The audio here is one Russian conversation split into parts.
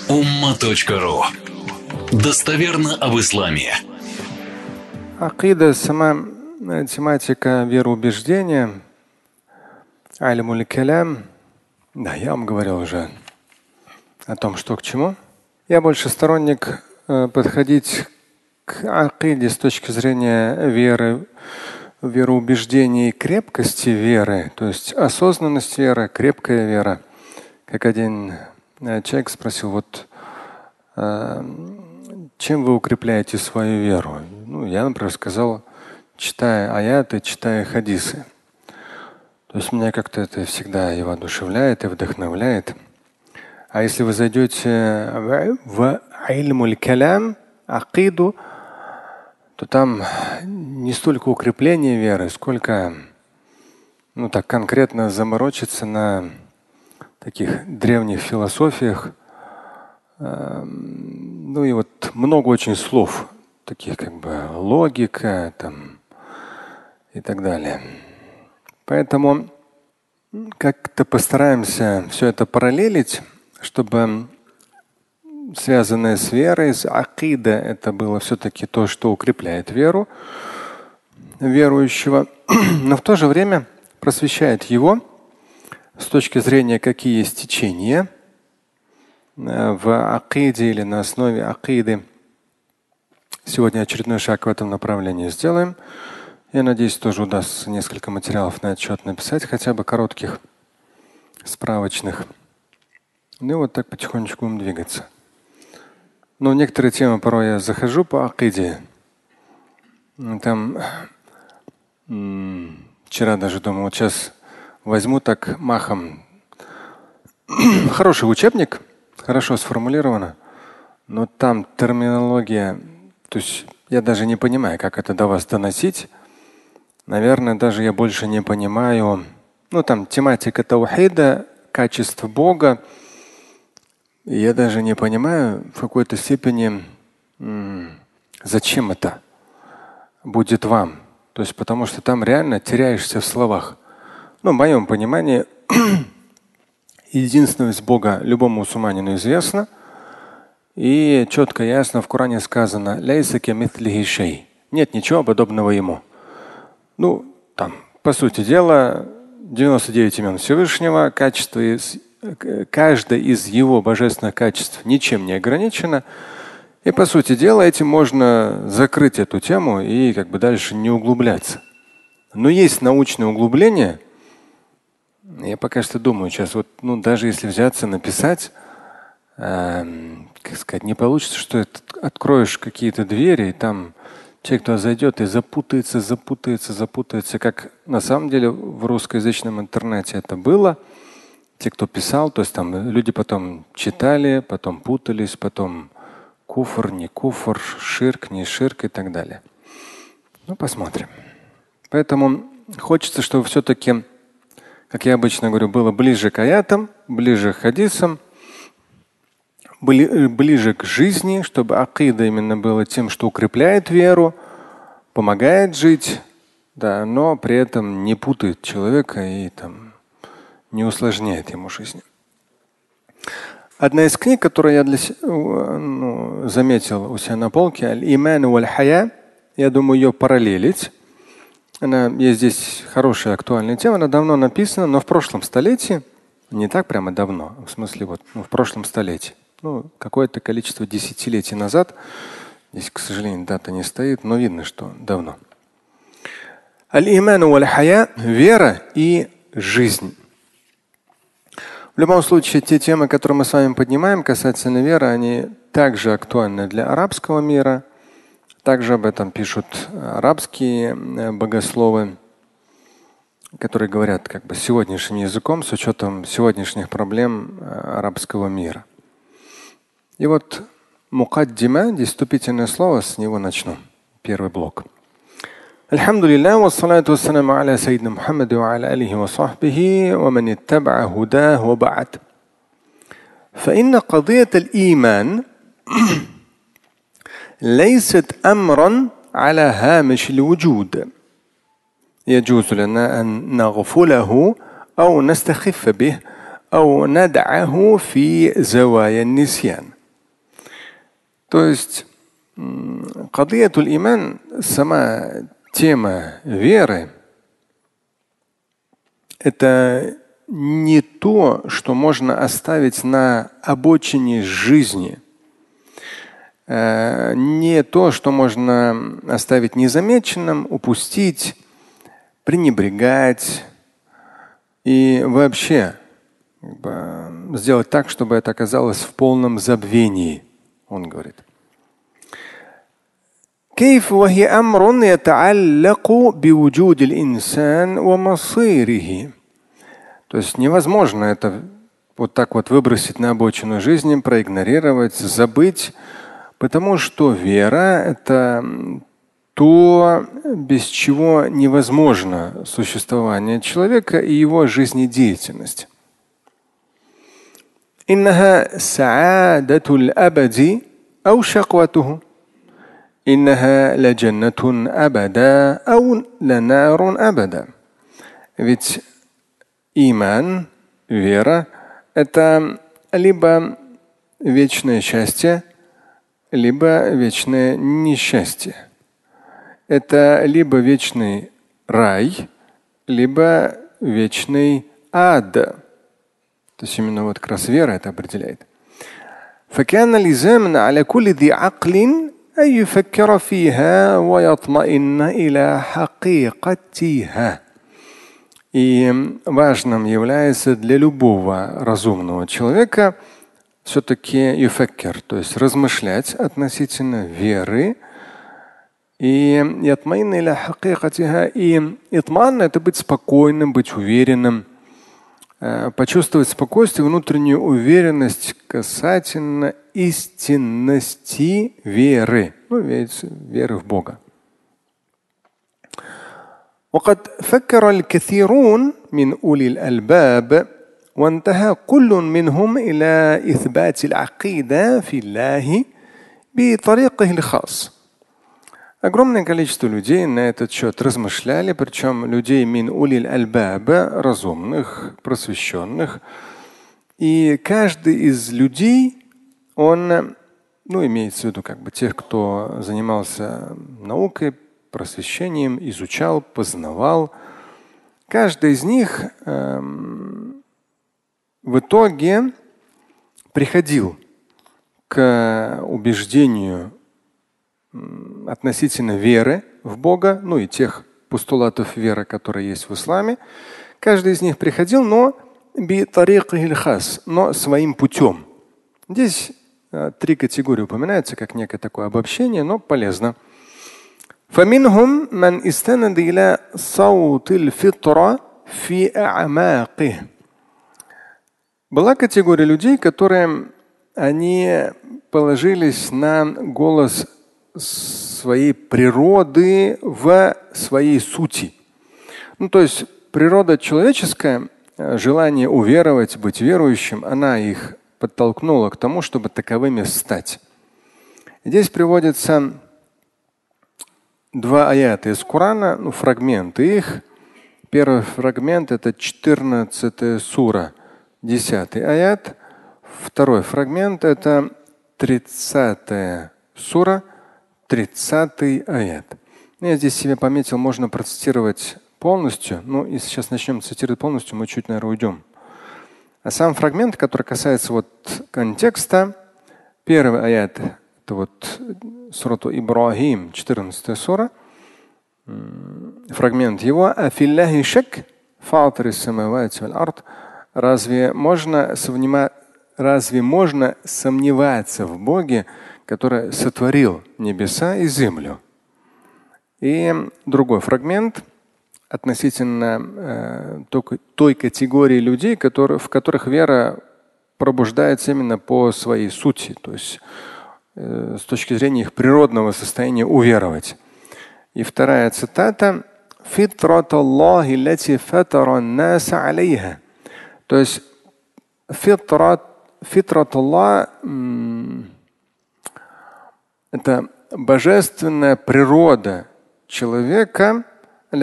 umma.ru. Достоверно об исламе. Акида, сама тематика вероубеждения, аль-муль калям. Да, я вам говорил уже о том, что к чему. Я больше сторонник подходить к акиде с точки зрения веры, вероубеждений, крепкости веры, то есть осознанность веры, крепкая вера. Как один человек спросил, чем вы укрепляете свою веру? Я, например, сказал, читая аяты, читая хадисы. То есть меня как-то это всегда и воодушевляет, и вдохновляет. А если вы зайдете в айльмуль калям, акиду, то там не столько укрепление веры, сколько так конкретно заморочиться на таких древних философиях. И много очень слов, таких как бы логика и так далее. Поэтому как-то постараемся все это параллелить, чтобы связанное с верой, с акида, это было все-таки то, что укрепляет веру верующего, но в то же время просвещает его с точки зрения, какие есть течения в акиде или на основе акиды. Сегодня очередной шаг в этом направлении сделаем. Я надеюсь, тоже удастся несколько материалов на этот счет написать, хотя бы коротких, справочных. Так потихонечку будем двигаться. Но некоторые темы порой я захожу по акиде. Там вчера даже думал, сейчас возьму так махом. Хороший учебник, хорошо сформулировано, но там терминология, то есть я даже не понимаю, как это до вас доносить. Наверное, даже я больше не понимаю. Там тематика таухида, качество Бога. Я даже не понимаю в какой-то степени, зачем это будет вам. То есть потому что там реально теряешься в словах. В моем понимании единственность Бога любому мусульманину известна. И четко, ясно в Коране сказано: «Лейса камитлихи шей». Нет ничего подобного ему. По сути дела, 99 имен Всевышнего, качество каждое из его божественных качеств ничем не ограничено. И по сути дела этим можно закрыть эту тему и дальше не углубляться. Но есть научное углубление. Я пока что думаю сейчас, даже если взяться написать, не получится, что откроешь какие-то двери, и там человек туда зайдет и запутается, как на самом деле в русскоязычном интернете это было. Те, кто писал, то есть там люди потом читали, потом путались, потом куфр, не куфр, ширк, не ширк и так далее. Посмотрим. Поэтому хочется, чтобы все-таки, как я обычно говорю, было ближе к аятам, ближе к хадисам, ближе к жизни, чтобы акида именно было тем, что укрепляет веру, помогает жить, но при этом не путает человека и не усложняет ему жизнь. Одна из книг, которую я заметил у себя на полке, «Аль-Иман валь-Хая», я думаю, ее параллелить. Есть здесь хорошая актуальная тема, она давно написана, но в прошлом столетии, не так прямо давно, в смысле в прошлом столетии, какое-то количество десятилетий назад, здесь, к сожалению, дата не стоит, но видно, что давно. Аль-Иман валь-Хая – вера и жизнь. В любом случае, те темы, которые мы с вами поднимаем касательно веры, они также актуальны для арабского мира. Также об этом пишут арабские богословы, которые говорят сегодняшним языком с учетом сегодняшних проблем арабского мира. И мукаддима, здесь вступительное слово, с него начну. Первый блок. الحمد لله والصلاة والسلام على سيدنا محمد وعلى آله وصحبه ومن اتبع هداه وبعد. فإن قضية الإيمان ليست أمرا على هامش الوجود يجوز لنا أن نغفله أو نستخف به أو ندعه في زوايا النسيان. То есть кадиятуль иман, сама тема веры, это не то, что можно оставить на обочине жизни, не то, что можно оставить незамеченным, упустить, пренебрегать и вообще сделать так, чтобы это оказалось в полном забвении, он говорит. كيف وهي أمر يتعلق بوجود الإنسان ومصيره. То есть невозможно это вот так вот выбросить на обочину жизни, проигнорировать, забыть, потому что вера – это то, без чего невозможно существование человека и его жизнедеятельность. إنها سعادة الأبد أو شقوته. إنها لجنة أبدا أو لنار أبدا. Ведь иман, вера – это либо вечное счастье, либо вечное несчастье. Это либо вечный рай, либо вечный ад. То есть именно вот как раз вера это определяет. فكان لزاما على كل ذي عقل أن يفكر فيها ويطمئن إلى حقيقتها. И важным является для любого разумного человека все-таки юфаккер, то есть размышлять относительно веры. И ятмаин иля хакикатиха. И итман – это быть спокойным, быть уверенным, почувствовать спокойствие, внутреннюю уверенность касательно истинности веры, веры в Бога. وقد فكر الكثيرون من أولي الألباب وانتهى كل منهم إلى إثبات العقيدة في الله بطريقه الخاص. Огромное количество людей на этот счет размышляли, причем людей мин улиль аль-баба, разумных, просвещенных. И каждый из людей, он, имеется в виду тех, кто занимался наукой, просвещением, изучал, познавал, каждый из них в итоге приходил к убеждению относительно веры в Бога, и тех постулатов веры, которые есть в исламе. Каждый из них приходил, но своим путем. Здесь 3 категории упоминаются, как некое такое обобщение, но полезно. فمنهم من استند إلى صوت الفطرة في أعماقه. Была категория людей, которые они положились на голос своей природы в своей сути. То есть природа человеческая, желание уверовать, быть верующим, она их подтолкнула к тому, чтобы таковыми стать. Здесь приводятся 2 аята из Корана, фрагменты их. Первый фрагмент – это 14 сура, 10 аят. Второй фрагмент – это 30 сура, 30 аят. Я здесь себе пометил, можно процитировать полностью. И сейчас начнем цитировать полностью, мы чуть, наверное, уйдем. А сам фрагмент, который касается контекста, первый аят – это сурату Ибрахим, 14 сура. Фрагмент его. Афиллахи шак фатирис самавати валь ард. Разве можно сомневаться в Боге, который сотворил небеса и землю? И другой фрагмент относительно той категории людей, в которых вера пробуждается именно по своей сути, то есть с точки зрения их природного состояния уверовать. И вторая цитата. То есть фитрат Аллах – это божественная природа человека, на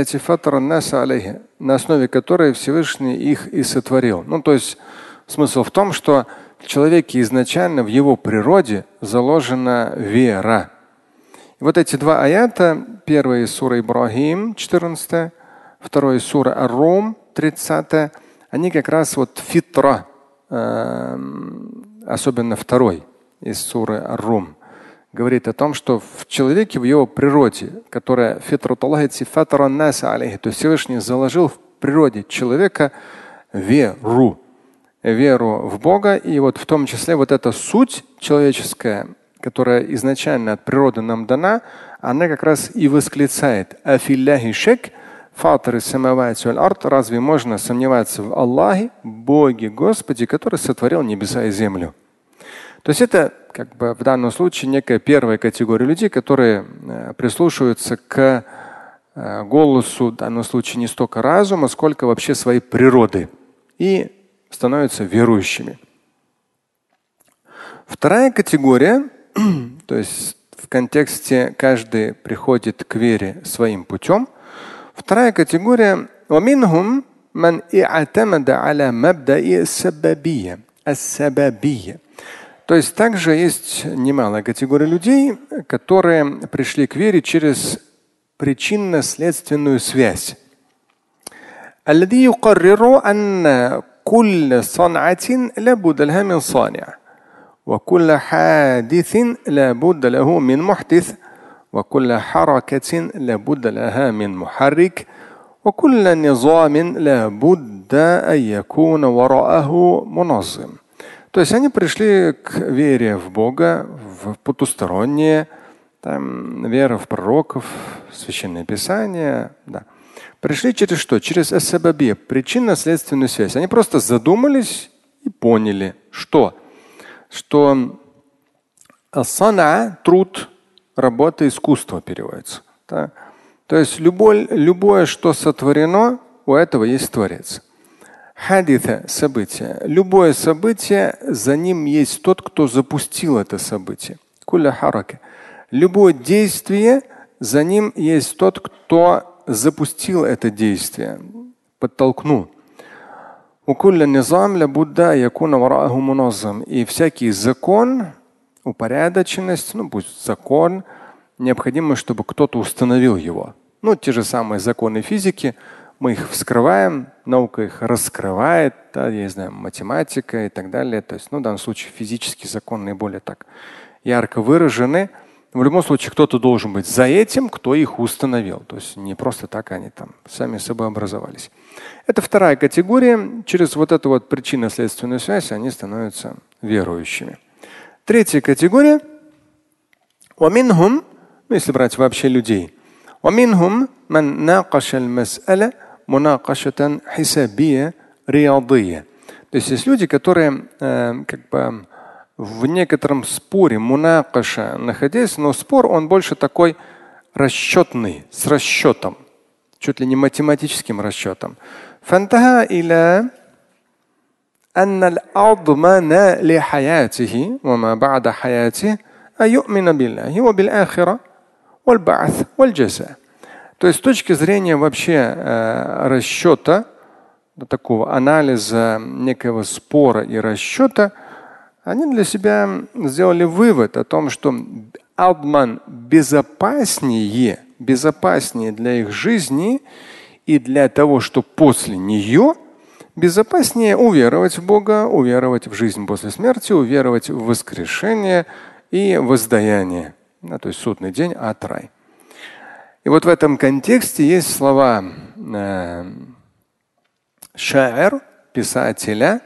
основе которой Всевышний их и сотворил. То есть смысл в том, что в человеке изначально, в его природе заложена вера. И вот эти два аята, первый из суры Ибрахим, 14, второй из суры Ар-Рум, 30, они как раз вот фитра, особенно второй из суры Ар-Рум, говорит о том, что в человеке, в его природе, которая фитратуллахи сифатара наса алейхи, то есть Всевышний заложил в природе человека веру в Бога. И вот в том числе вот эта суть человеческая, которая изначально от природы нам дана, она как раз и восклицает: «Афилляхи шек, фатер самавати валь ард». Разве можно сомневаться в Аллахе, Боге, Господе, который сотворил небеса и землю? То есть это как бы в данном случае некая первая категория людей, которые прислушиваются к голосу, в данном случае не столько разума, сколько вообще своей природы, и становятся верующими. Вторая категория, то есть в контексте каждый приходит к вере своим путем. Вторая категория ومنهم من اعتمد على مبدأ السببية. То есть также есть немалая категория людей, которые пришли к вере через причинно-следственную связь. الذي يقرر أن كل صنعة لابد لها من صانع وكل حادث لابد له من محدث وكل حركة لابد لها من محرك وكل نظام لابد أن يكون وراءه منظم. То есть они пришли к вере в Бога, в потустороннее, вера в пророков, священное писание. Да. Пришли через что? Через ас-сабабия, причинно-следственную связь. Они просто задумались и поняли, что сана, труд, работа, искусство переводится. Да? То есть любое, что сотворено, у этого есть Творец. Хадита – событие. Любое событие, за ним есть тот, кто запустил это событие. Кулля харака. Любое действие, за ним есть тот, кто запустил это действие, подтолкнул. И всякий закон, упорядоченность, пусть закон, необходимо, чтобы кто-то установил его. Те же самые законы физики, мы их вскрываем, наука их раскрывает, да, я знаю, математика и так далее. То есть, в данном случае физические законы наиболее так ярко выражены. В любом случае, кто-то должен быть за этим, кто их установил. То есть не просто так они там сами собой образовались. Это вторая категория. Через вот эту вот причинно-следственную связь они становятся верующими. Третья категория. Если брать вообще людей. То есть есть люди, которые в некотором споре, мунакаша, находясь, но спор он больше такой расчетный, с расчетом, чуть ли не математическим расчетом. فانتهى إلى أن الأضمن لحياته وما بعد حياته أن يؤمن بالله وبالآخرة والبعث والجزاء. То есть с точки зрения вообще расчета, такого анализа некого спора и расчета, они для себя сделали вывод о том, что адман безопаснее для их жизни и для того, что после нее безопаснее уверовать в Бога, уверовать в жизнь после смерти, уверовать в воскрешение и воздаяние. То есть судный день, ад, рай. И вот в этом контексте есть слова шаир, писателя.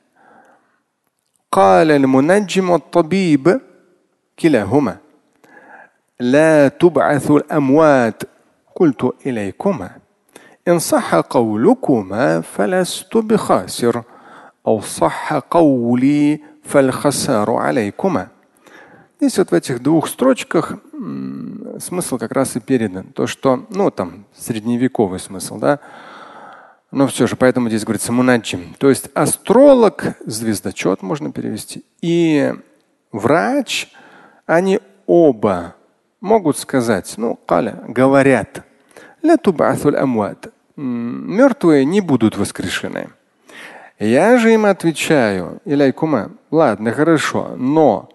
قال المنجم والطبيب كلاهما لا تبعث الأموات قلت إليكما إن صح قولكما فلست بخاسر أو صح قولي فالخسار عليكما. Здесь вот в этих двух строчках смысл как раз и передан. То, что, там средневековый смысл, да. Но все же, поэтому здесь говорится мунаджим. То есть астролог, звездочет можно перевести, и врач, они оба могут сказать, говорят, мертвые не будут воскрешены. Я же им отвечаю, иляйкума, ладно, хорошо, но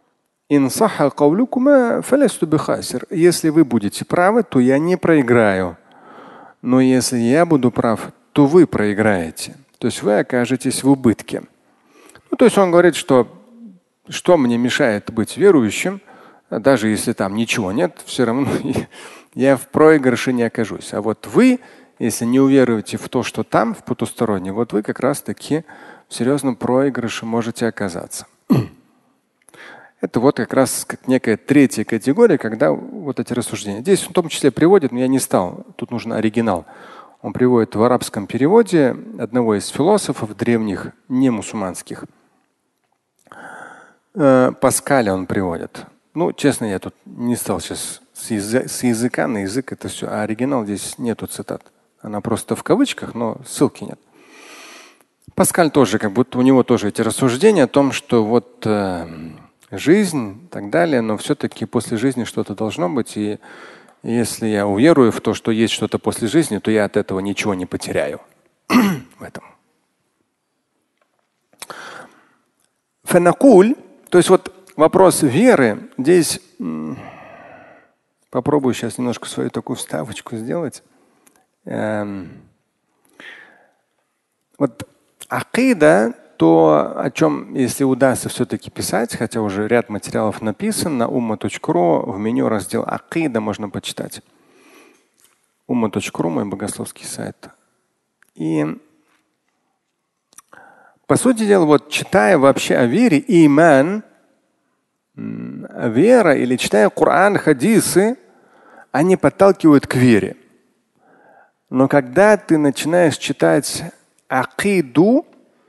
если вы будете правы, то я не проиграю. Но если я буду прав, то вы проиграете. То есть вы окажетесь в убытке. Ну, то есть он говорит, что мне мешает быть верующим, даже если там ничего нет, все равно я в проигрыше не окажусь. А вот вы, если не уверуете в то, что там, в потустороннем, вот вы как раз-таки в серьезном проигрыше можете оказаться. Это вот как раз как некая третья категория, когда вот эти рассуждения. Здесь в том числе приводит, но я не стал, тут нужен оригинал. Он приводит в арабском переводе одного из философов древних, не мусульманских. Паскаля он приводит. Ну, честно, я тут не стал сейчас с языка на язык это все. А оригинал здесь нету цитат. Она просто в кавычках, но ссылки нет. Паскаль тоже, как будто у него тоже эти рассуждения о том, что вот жизнь и так далее, но все-таки после жизни что-то должно быть. И если я уверую в то, что есть что-то после жизни, то я от этого ничего не потеряю. В этом. Фанакуль, то есть вот вопрос веры, здесь попробую сейчас немножко свою такую вставочку сделать. Вот акида, то, о чем, если удастся все-таки писать, хотя уже ряд материалов написан на umma.ru, в меню раздел акида можно почитать. umma.ru, мой богословский сайт. И по сути дела, вот читая вообще о вере, иман, вера или читая Коран, хадисы, они подталкивают к вере. Но когда ты начинаешь читать акиду,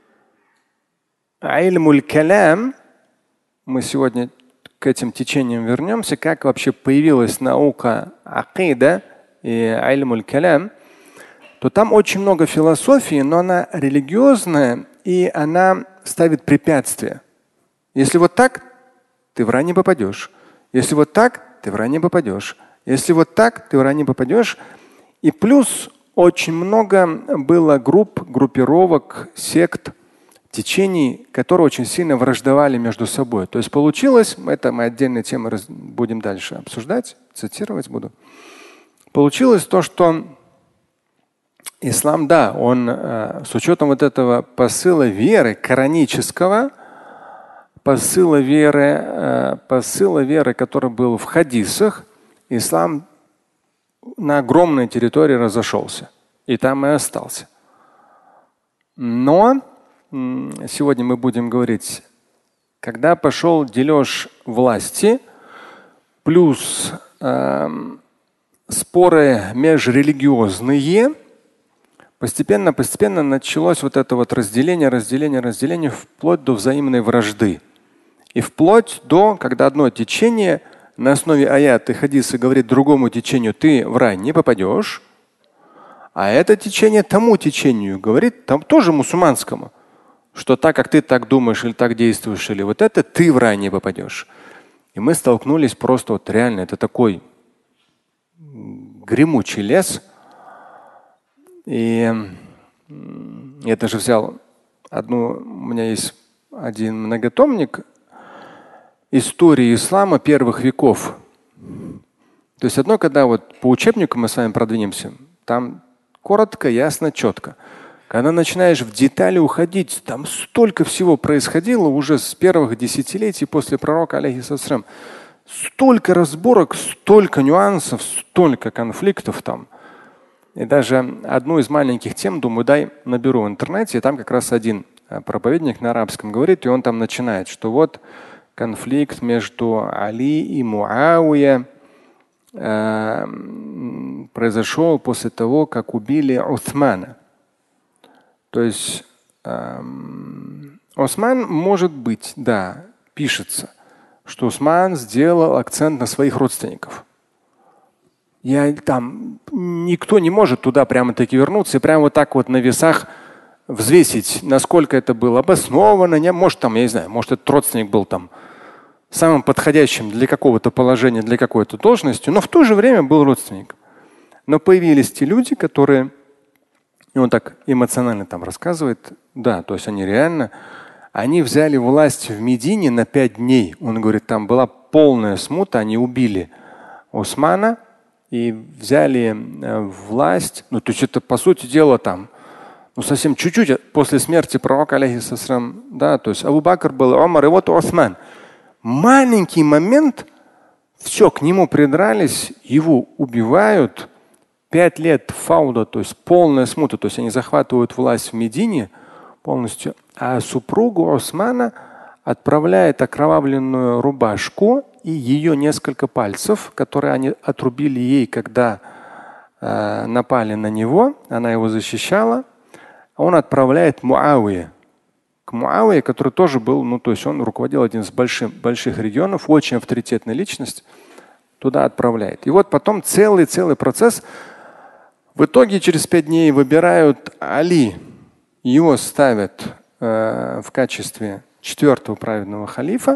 айльмуль калям, мы сегодня к этим течениям вернемся, как вообще появилась наука акида и айльмуль калям, то там очень много философии, но она религиозная и она ставит препятствия. Если вот так, ты в рай не попадешь. Если вот так, ты в рай не попадешь. Если вот так, ты в рай не попадешь. И плюс очень много было группировок, сект, течений, которые очень сильно враждовали между собой. То есть получилось, это мы отдельные темы будем дальше обсуждать, цитировать буду. Получилось то, что ислам, да, он с учетом вот этого посыла веры коранического, посыла веры, который был в хадисах, ислам на огромной территории разошелся. И там и остался. Но сегодня мы будем говорить, когда пошел дележ власти, плюс споры межрелигиозные, постепенно началось вот это вот разделение, вплоть до взаимной вражды. И вплоть до, когда одно течение на основе аят и хадиса говорит другому течению, ты в рай не попадешь, а это течение тому течению говорит, там тоже мусульманскому, что так как ты так думаешь или так действуешь, или вот это, ты в рай не попадешь. И мы столкнулись просто вот реально, это такой гремучий лес. И я даже взял у меня есть один многотомник истории ислама первых веков. То есть одно, когда вот по учебнику мы с вами продвинемся, там коротко, ясно, четко. Когда начинаешь в детали уходить, там столько всего происходило уже с первых десятилетий после пророка, алейхиссалям. Столько разборок, столько нюансов, столько конфликтов там. И даже одну из маленьких тем, думаю, наберу в интернете, и там как раз один проповедник на арабском говорит, и он там начинает, что вот конфликт между Али и Муавия произошел после того, как убили Усмана. То есть Осман, может быть, да, пишется, что Усман сделал акцент на своих родственников. Никто не может туда прямо-таки вернуться и прямо вот так вот на весах взвесить, насколько это было обосновано. Может, там, я не знаю, может, этот родственник был там самым подходящим для какого-то положения, для какой-то должности, но в то же время был родственником. Но появились те люди, которые И он так эмоционально там рассказывает. Да, то есть они взяли власть в Медине на 5 дней. Он говорит, там была полная смута, они убили Османа и взяли власть. Ну, то есть это, по сути дела, там, совсем чуть-чуть после смерти пророка, алейхиссалям, да, то есть Абу Бакр был, Умар и вот Осман. Маленький момент, все, к нему придрались, его убивают. 5 лет фауда, то есть полная смута, то есть они захватывают власть в Медине полностью, а супругу Османа отправляет окровавленную рубашку и ее несколько пальцев, которые они отрубили ей, когда напали на него, она его защищала. Он отправляет Муавие. К Муавие, который тоже был, то есть он руководил один из больших регионов, очень авторитетная личность, туда отправляет. И вот потом целый процесс. В итоге через 5 дней выбирают Али. Его ставят в качестве 4-го праведного халифа.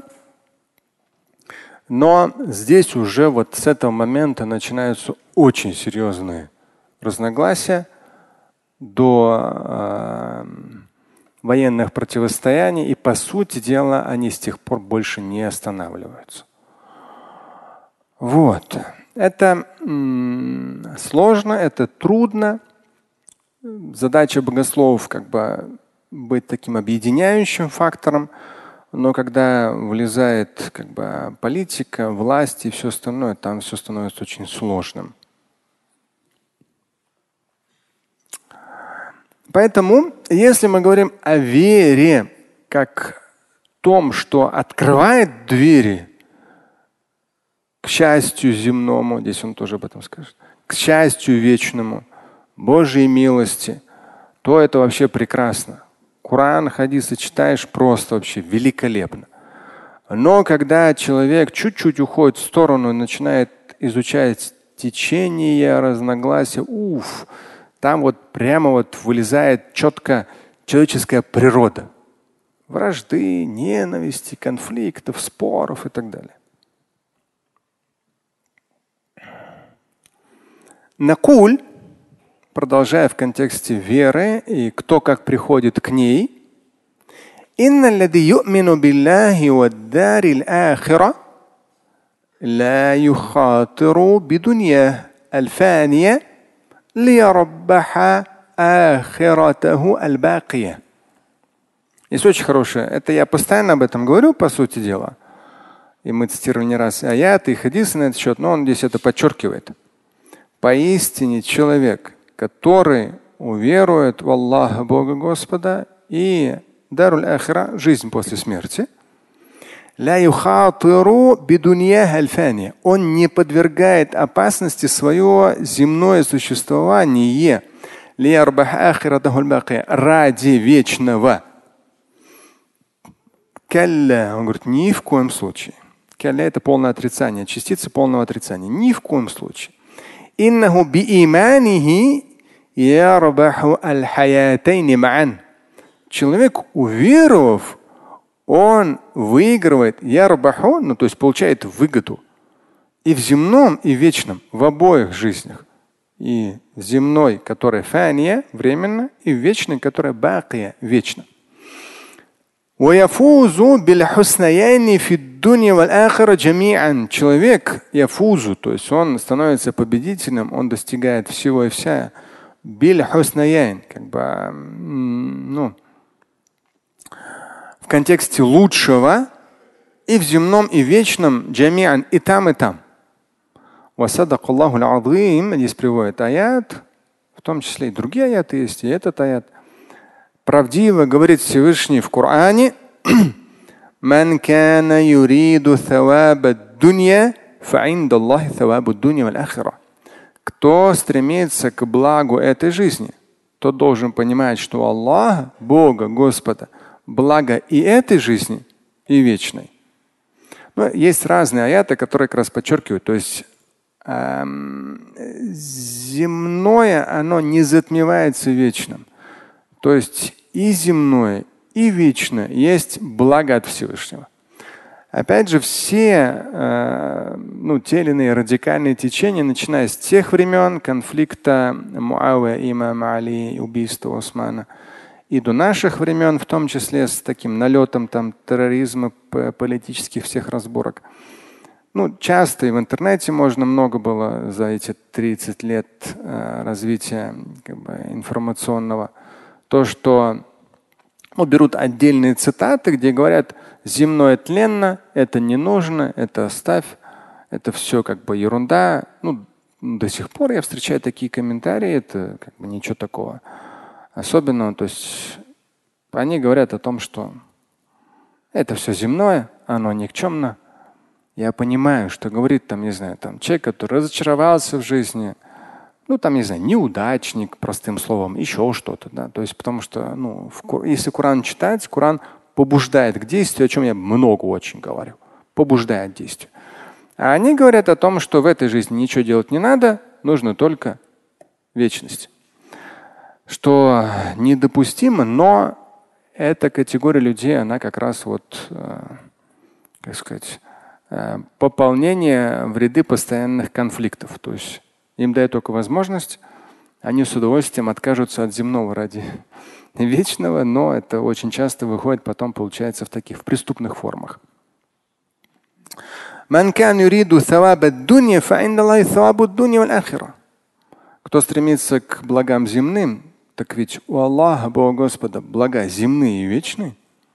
Но здесь уже вот с этого момента начинаются очень серьезные разногласия до военных противостояний. И по сути дела они с тех пор больше не останавливаются. Вот. Это сложно, это трудно. Задача богословов быть таким объединяющим фактором. Но когда влезает политика, власть и все остальное, там все становится очень сложным. Поэтому, если мы говорим о вере как том, что открывает двери к счастью земному, здесь он тоже об этом скажет, к счастью вечному, Божьей милости, то это вообще прекрасно. Коран, хадисы читаешь, просто вообще великолепно. Но когда человек чуть-чуть уходит в сторону и начинает изучать течение, разногласия, там прямо вылезает четко человеческая природа. Вражды, ненависти, конфликтов, споров и так далее. Накуль, продолжая в контексте веры и кто как приходит к ней. Инна лади ю'мину биллахи вад-дари ал-ахира ла юхатиру бидунья аль-фания лиярбаха ахиратаху аль-бакия. Есть очень хорошее. Это я постоянно об этом говорю, по сути дела. И мы цитировали не раз аяты и хадисы на этот счет, но он здесь это подчеркивает. Поистине человек, который уверует в Аллаха, Бога Господа, и даруль ахира, жизнь после смерти, он не подвергает опасности свое земное существование ради вечного. Он говорит, ни в коем случае. Это полное отрицание, частица полного отрицания. Ни в коем случае. إنه بإيمانه يربح الحياتين معا. Человек, уверовав, он выигрывает ярбаху, то есть получает выгоду и в земном, и в вечном, в обоих жизнях. И в земной, которая фания, временно, и в вечной, которая бакия, вечно. Человек яфузу, то есть он становится победителем, он достигает всего и вся. В контексте лучшего и в земном, и в вечном, джамиан, и там, и там. Здесь приводит аят, в том числе и другие аяты есть, и этот аят. Правдиво говорит Всевышний в Коране: «Ман кана юриду thawaba ad-dunya fa inda Allahi thawabu ad-dunya wal-akhirah». Кто стремится к благу этой жизни, тот должен понимать, что у Аллаха, Бога, Господа, благо и этой жизни, и вечной. Но есть разные аяты, которые как раз подчеркивают, то есть земное, оно не затмевается вечным. То есть и земное, и вечное есть благо от Всевышнего. Опять же, все те или иные радикальные течения, начиная с тех времен конфликта Муавия и имама Али, убийства Османа, и до наших времен, в том числе с таким налетом терроризма, политических всех разборок. Часто и в интернете можно много было за эти 30 лет развития информационного. То, что берут отдельные цитаты, где говорят: земное тленно, это не нужно, это оставь, это все ерунда. До сих пор я встречаю такие комментарии, это ничего такого особенного. То есть они говорят о том, что это все земное, оно никчемно. Я понимаю, что говорит человек, который разочаровался в жизни, неудачник, простым словом, еще что-то. Да? То есть потому что, если Коран читать, Коран побуждает к действию, о чем я много очень говорю. Побуждает к действию. А они говорят о том, что в этой жизни ничего делать не надо, нужно только вечность. Что недопустимо, но эта категория людей, она как раз пополнение в ряды постоянных конфликтов. То есть им дают только возможность, они с удовольствием откажутся от земного ради вечного, но это очень часто выходит потом, получается, в преступных формах. Кто стремится к благам земным, так ведь у Аллаха, Бога Господа, блага земные и вечные.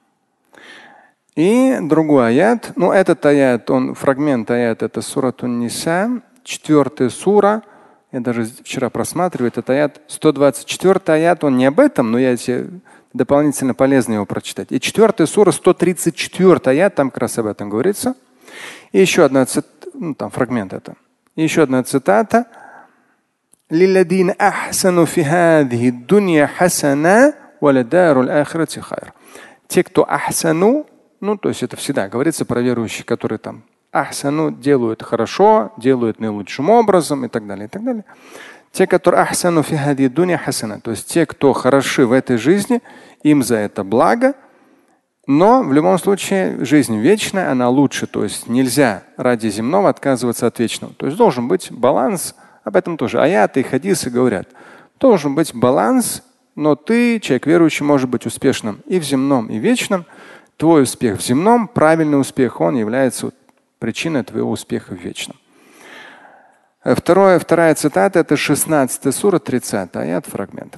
И другой аят, этот аят, фрагмент аят, это сура Ан-Ниса, 4 сура. Я даже вчера просматривал этот аят. 124 аят, он не об этом, но я тебе дополнительно полезно его прочитать. И 4 сура, 134 аят, там как раз об этом говорится. И еще одна цитата, фрагмент это. И еще одна цитата. لِلَّذِينَ أَحْسَنُوا فِي هَذِهِ الدُّنْيَا حَسَنًا وَلَدَارُ الْآخِرَةِ خَيْرٌ. Те, кто ахсану, то есть это всегда говорится про верующих, которые ахсану делают хорошо, делают наилучшим образом и так далее, и так далее. Те, которые ахсану фи хади дуня хасана, то есть те, кто хороши в этой жизни, им за это благо, но в любом случае жизнь вечная, она лучше, то есть нельзя ради земного отказываться от вечного. То есть должен быть баланс, об этом тоже аяты и хадисы говорят. Должен быть баланс, но ты, человек верующий, может быть успешным и в земном, и в вечном. Твой успех в земном, правильный успех, он является причиной твоего успеха в вечном. Вторая цитата, это 16 сура, 30 аят, фрагмент.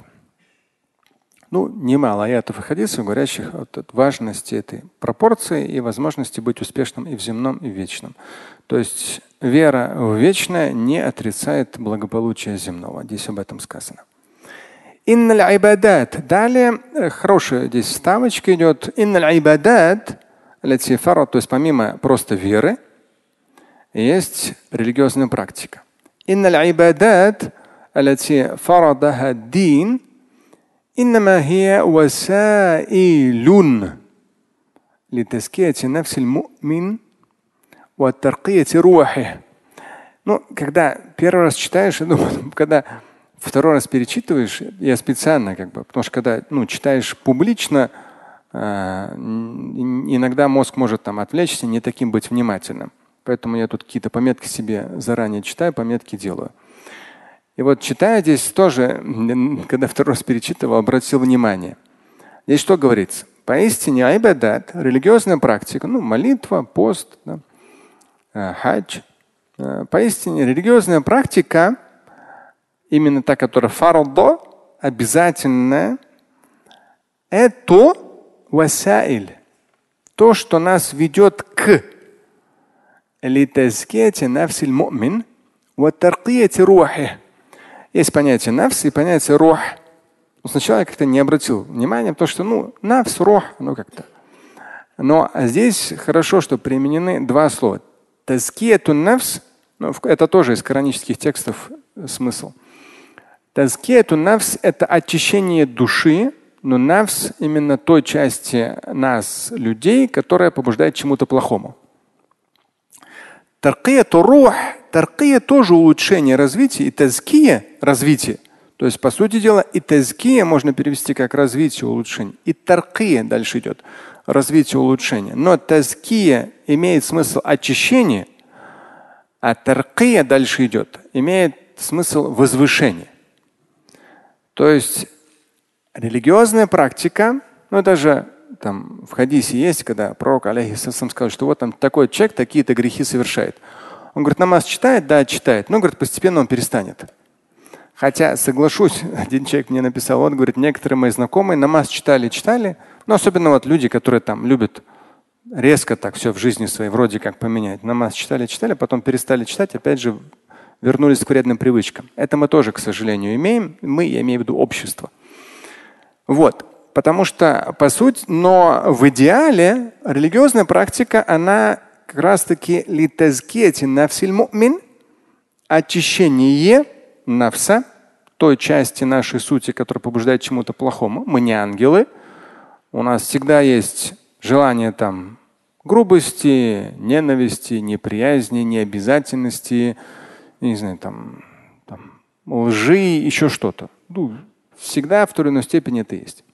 Немало аятов и хадисов, говорящих о важности этой пропорции и возможности быть успешным и в земном, и в вечном. То есть вера в вечное не отрицает благополучие земного. Здесь об этом сказано. Инналь айбадат. Далее хорошая здесь вставочка идет. Инналь айбадат, то есть помимо просто веры, есть религиозная практика. Инналь айбадат, التي فرضها الدين إنما هي وسائل لتزكية نفس المؤمن وترقية روحه. Когда первый раз читаешь, когда второй раз перечитываешь, я специально потому что когда читаешь публично, иногда мозг может отвлечься, не таким быть внимательным. Поэтому я тут какие-то пометки себе заранее читаю, пометки делаю. И читая здесь тоже, когда второй раз перечитывал, обратил внимание. Здесь что говорится? Поистине айбадат, религиозная практика, молитва, пост, хадж. Поистине религиозная практика, именно та, которая фардо, обязательная, это васаиль, то, что нас ведет к литазкияти нафсиль му'мин ва таркияти рухи. Есть понятие нафс и понятие рух. Сначала я как-то не обратил внимания, потому что нафс, рух, как-то. Но здесь хорошо, что применены два слова. Тазкиятун нафс, это тоже из коранических текстов смысл. Тазкиятун нафс – это очищение души, но нафс именно той части нас, людей, которая побуждает чему-то плохому. Таркияту рух, таркия тоже улучшение развития, и тазкия – развитие. То есть, по сути дела, и тазкия можно перевести как развитие, улучшение. И таркия дальше идет. Развитие, улучшение. Но тазкия имеет смысл очищения, а таркия дальше идет. Имеет смысл возвышения. То есть религиозная практика, ну даже там в хадисе есть, когда пророк алейхиссалям сказал, что вот там такой человек такие-то грехи совершает. Он говорит, намаз читает? Да, читает. Но, говорит, постепенно он перестанет. Хотя, соглашусь, один человек мне написал, вот, говорит, некоторые мои знакомые намаз читали, но особенно вот люди, которые там любят резко так все в жизни своей вроде как поменять. Намаз читали, потом перестали читать, опять же вернулись к вредным привычкам. Это мы тоже, к сожалению, имеем. Я имею в виду общество. Вот. Потому что, по сути, но в идеале религиозная практика, она как раз-таки литазкияти нафсиль му'мин, очищение нафса, той части нашей сути, которая побуждает чему-то плохому. Мы не ангелы. У нас всегда есть желание там грубости, ненависти, неприязни, необязательности, не знаю, там лжи, еще что-то. Ну, всегда в той или иной степени это есть.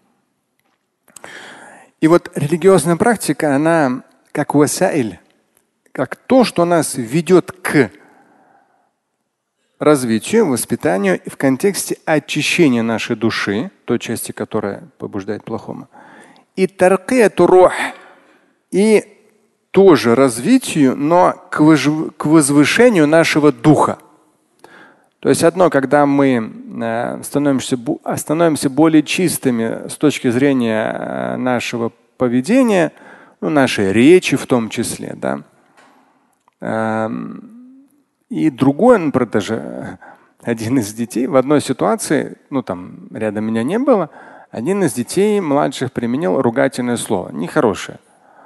И вот религиозная практика, она как васаиль, как то, что нас ведет к развитию, воспитанию в контексте очищения нашей души, той части, которая побуждает плохому. И таркияту рух, и тоже развитию, но к возвышению нашего духа. То есть одно, когда мы становимся более чистыми с точки зрения нашего поведения, ну, нашей речи в том числе, да. И другой, например, даже один из детей в одной ситуации, ну там рядом меня не было, один из детей младших применил ругательное слово, нехорошее.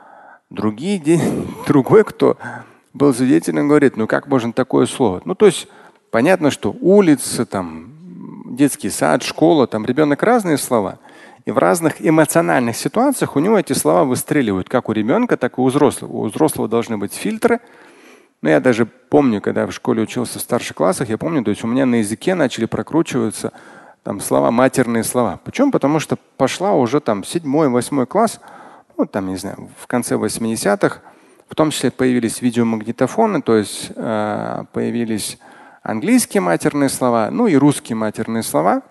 Другой, кто был свидетелем, говорит, ну как можно такое слово? Ну то есть понятно, что улица, там, детский сад, школа, там ребенок разные слова. И в разных эмоциональных ситуациях у него эти слова выстреливают, как у ребенка, так и у взрослого. У взрослого должны быть фильтры. Но я даже помню, когда в школе учился в старших классах, я помню, то есть у меня на языке начали прокручиваться там слова, матерные слова. Почему? Потому что пошла уже там 7-8 класс, ну там, не знаю, в конце 80-х, в том числе появились видеомагнитофоны, то есть появились английские матерные слова, ну и русские матерные слова.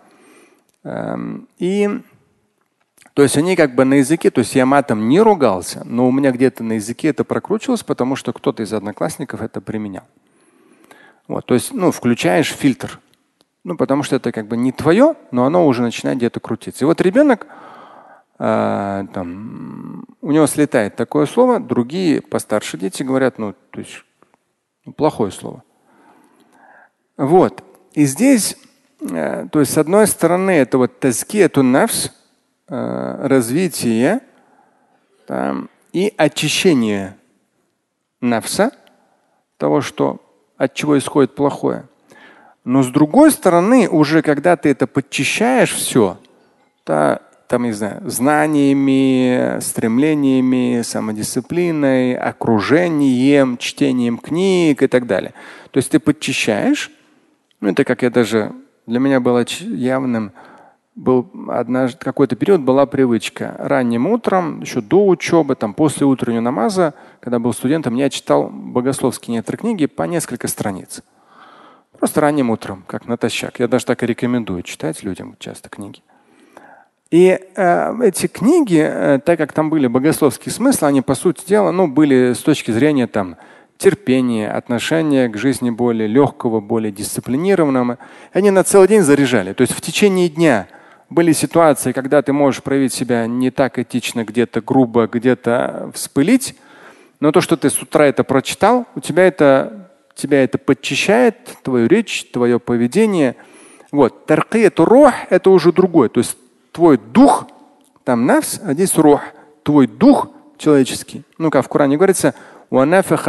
То есть они как бы на языке, то есть я матом не ругался, но у меня где-то на языке это прокручивалось, потому что кто-то из одноклассников это применял. Вот, то есть, ну, включаешь фильтр. Ну, потому что это как бы не твое, но оно уже начинает где-то крутиться. И вот ребенок, у него слетает такое слово, другие постарше дети говорят, ну, то есть плохое слово. Вот. И здесь, то есть с одной стороны, это вот тазкиятун нафс, развитие там, и очищение нафса, того, от чего исходит плохое. Но с другой стороны, уже когда ты это подчищаешь все, там, не знаю, знаниями, стремлениями, самодисциплиной, окружением, чтением книг и так далее. То есть ты подчищаешь. Ну, это как для меня было явным. Однажды какой-то период была привычка. Ранним утром, еще до учебы, там, после утреннего намаза, когда был студентом, я читал богословские некоторые книги по несколько страниц. Просто ранним утром, как натощак. Я даже так и рекомендую читать людям часто книги. И эти книги, так как там были богословские смыслы, они, по сути дела, были с точки зрения там, терпения, отношения к жизни более легкого, более дисциплинированного. Они на целый день заряжали. То есть в течение дня были ситуации, когда ты можешь проявить себя не так этично, где-то грубо, где-то вспылить. Но то, что ты с утра это прочитал, тебя это подчищает, твою речь, твое поведение. Вот. Таркияту рух – это уже другое. То есть твой дух, там нафс, а здесь рух. Твой дух человеческий. Как в Коране говорится, то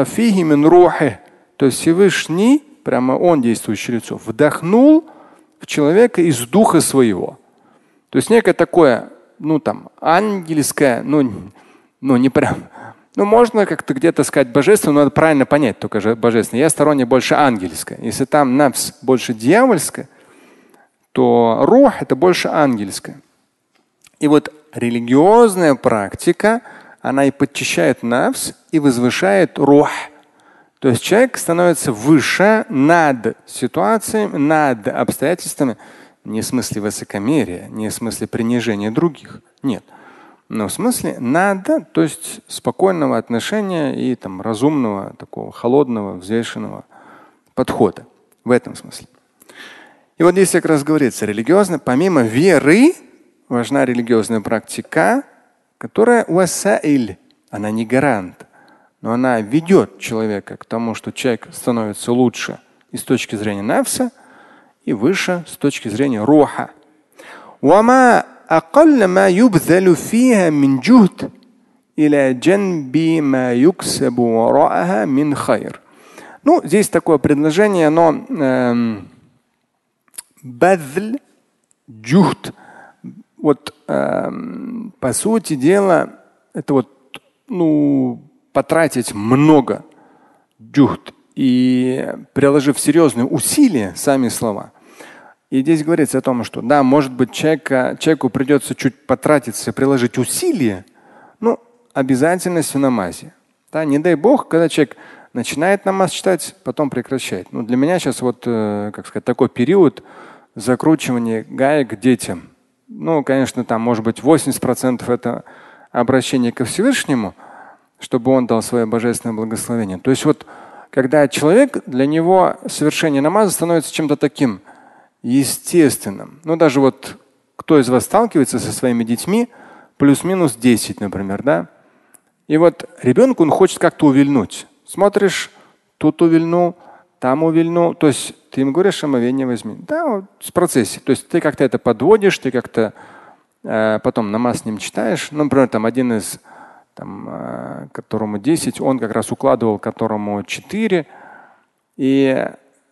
есть Всевышний, прямо он действующее лицо, вдохнул в человека из духа своего. То есть некое такое, ангельское, не прям. Можно как-то где-то сказать божественное, но надо правильно понять только божественное. Я сторонник больше ангельское. Если там нафс больше дьявольское, то рух – это больше ангельское. И вот религиозная практика, она и подчищает нафс, и возвышает рух. То есть человек становится выше над ситуациями, над обстоятельствами, не в смысле высокомерия, не в смысле принижения других. Нет. Но в смысле надо, то есть спокойного отношения и там, разумного, такого холодного, взвешенного подхода. В этом смысле. И вот здесь как раз говорится, религиозно, помимо веры, важна религиозная практика, которая васаиль, она не гарант, но она ведет человека к тому, что человек становится лучше и с точки зрения нафса, и выше с точки зрения руха. أقل ما يبذل فيها من جهد إلى جنب ما يكسب وراءها من خير. Ну, здесь такое предложение, но бадл, джухд, вот по сути дела, это вот, потратить много джухд и приложив серьезные усилия, сами слова. И здесь говорится о том, что да, может быть, человеку придется чуть потратиться, приложить усилия, но обязательность в намазе. Да, не дай бог, когда человек начинает намаз читать, потом прекращает. Для меня сейчас такой период закручивания гаек детям. Конечно, там может быть 80% это обращение ко Всевышнему, чтобы он дал свое божественное благословение. То есть вот, когда человек, для него совершение намаза становится чем-то таким естественным. Даже вот кто из вас сталкивается со своими детьми, плюс-минус 10, например, да? И вот ребенку он хочет как-то увильнуть. Смотришь, тут увильнул, там увильнул. То есть ты ему говоришь, омовение возьми. Да, вот в процессе. То есть ты как-то это подводишь, ты как-то потом намаз с ним читаешь. Например, там один из, которому 10, он как раз укладывал, которому 4. И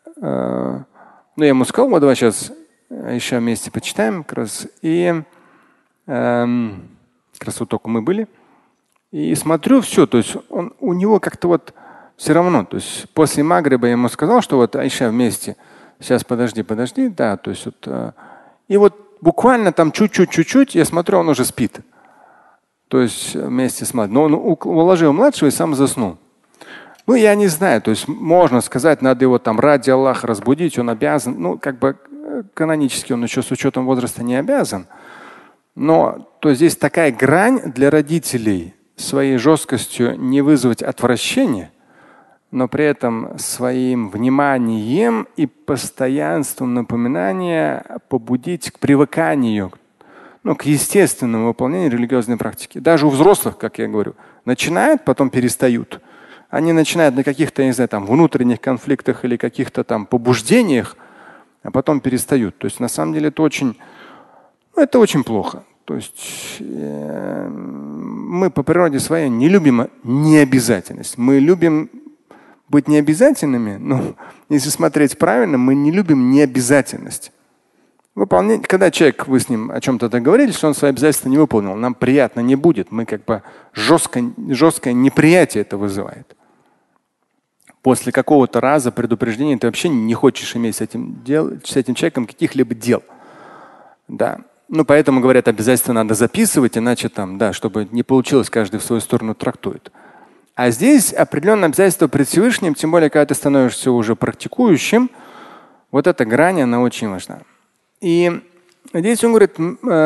я ему сказал, вот давай сейчас еще вместе почитаем как раз. И как раз вот только мы были. И смотрю, все, то есть у него как-то вот все равно. То есть после магриба я ему сказал, что вот Айша вместе. Сейчас подожди, да, то есть вот. И вот буквально там чуть-чуть, я смотрю, он уже спит. То есть вместе с младшим. Но он уложил младшего и сам заснул. Я не знаю, то есть можно сказать, надо его там ради Аллаха разбудить, он обязан. Канонически он еще с учетом возраста не обязан. Но то здесь такая грань для родителей своей жесткостью не вызвать отвращение, но при этом своим вниманием и постоянством напоминания побудить к привыканию, к естественному выполнению религиозной практики. Даже у взрослых, как я говорю, начинают, потом перестают. Они начинают на каких-то, не знаю, внутренних конфликтах или каких-то побуждениях, а потом перестают. То есть на самом деле это очень плохо. То есть мы по природе своей не любим необязательность. Мы любим быть необязательными, но если смотреть правильно, мы не любим необязательность. Выполнять, когда вы с ним о чем-то договорились, что он свои обязательства не выполнил, нам приятно не будет. Мы жесткое неприятие это вызывает. После какого-то раза предупреждения ты вообще не хочешь иметь с этим человеком каких-либо дел. Да. Поэтому говорят, обязательства надо записывать, иначе чтобы не получилось, каждый в свою сторону трактует. А здесь определенное обязательство пред Всевышним, тем более, когда ты становишься уже практикующим, вот эта грань, она очень важна. И здесь он говорит,